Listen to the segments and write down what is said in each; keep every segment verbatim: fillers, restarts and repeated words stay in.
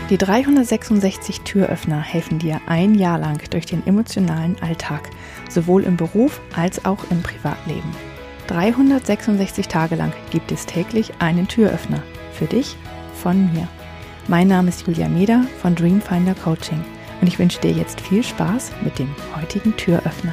Die dreihundertsechsundsechzig Türöffner helfen dir ein Jahr lang durch den emotionalen Alltag, sowohl im Beruf als auch im Privatleben. dreihundertsechsundsechzig Tage lang gibt es täglich einen Türöffner. Für dich, von mir. Mein Name ist Julia Meder von Dreamfinder Coaching und ich wünsche dir jetzt viel Spaß mit dem heutigen Türöffner.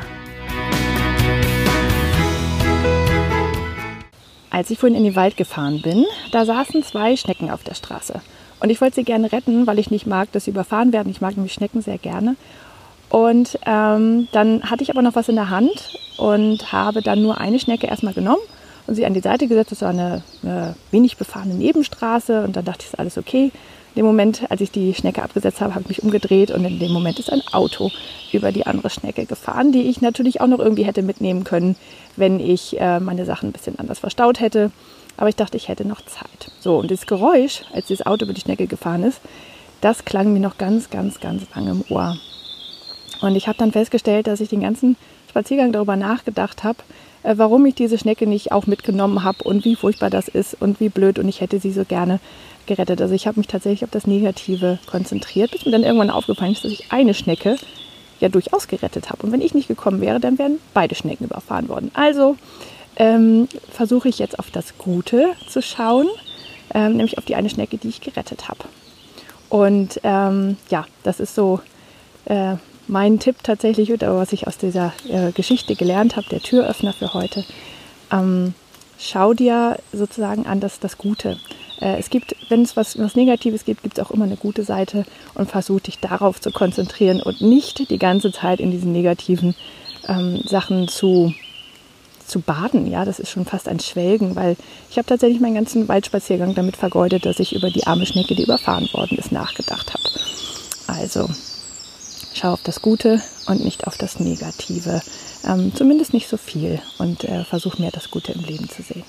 Als ich vorhin in den Wald gefahren bin, da saßen zwei Schnecken auf der Straße. Und ich wollte sie gerne retten, weil ich nicht mag, dass sie überfahren werden. Ich mag nämlich Schnecken sehr gerne. Und ähm, dann hatte ich aber noch was in der Hand und habe dann nur eine Schnecke erstmal genommen und sie an die Seite gesetzt. Das war eine, eine wenig befahrene Nebenstraße und dann dachte ich, ist alles okay. In dem Moment, als ich die Schnecke abgesetzt habe, habe ich mich umgedreht und in dem Moment ist ein Auto über die andere Schnecke gefahren, die ich natürlich auch noch irgendwie hätte mitnehmen können, wenn ich äh, meine Sachen ein bisschen anders verstaut hätte. Aber ich dachte, ich hätte noch Zeit. So, und das Geräusch, als dieses Auto über die Schnecke gefahren ist, das klang mir noch ganz, ganz, ganz lange im Ohr. Und ich habe dann festgestellt, dass ich den ganzen Spaziergang darüber nachgedacht habe, äh, warum ich diese Schnecke nicht auch mitgenommen habe und wie furchtbar das ist und wie blöd und ich hätte sie so gerne gerettet. Also ich habe mich tatsächlich auf das Negative konzentriert, bis mir dann irgendwann aufgefallen ist, dass ich eine Schnecke ja durchaus gerettet habe. Und wenn ich nicht gekommen wäre, dann wären beide Schnecken überfahren worden. Also ähm, versuche ich jetzt auf das Gute zu schauen, ähm, nämlich auf die eine Schnecke, die ich gerettet habe. Und ähm, ja, das ist so äh, mein Tipp tatsächlich, oder was ich aus dieser äh, Geschichte gelernt habe, der Türöffner für heute. Ähm, schau dir sozusagen an das, das Gute. Äh, es gibt, wenn es was, was Negatives gibt, gibt es auch immer eine gute Seite und versuch dich darauf zu konzentrieren und nicht die ganze Zeit in diesen negativen ähm, Sachen zu zu baden. Ja, das ist schon fast ein Schwelgen, weil ich habe tatsächlich meinen ganzen Waldspaziergang damit vergeudet, dass ich über die arme Schnecke, die überfahren worden ist, nachgedacht habe. Also schau auf das Gute und nicht auf das Negative. Ähm, zumindest nicht so viel und äh, versuch mehr das Gute im Leben zu sehen.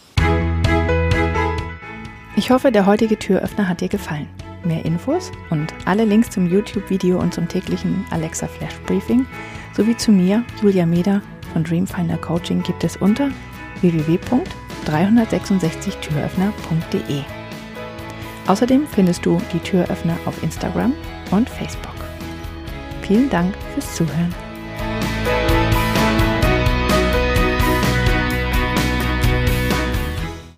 Ich hoffe, der heutige Türöffner hat dir gefallen. Mehr Infos und alle Links zum YouTube-Video und zum täglichen Alexa Flash Briefing sowie zu mir, Julia Meder von Dreamfinder Coaching, gibt es unter w w w punkt dreihundertsechsundsechzig türöffner punkt de. Außerdem findest du die Türöffner auf Instagram und Facebook. Vielen Dank fürs Zuhören.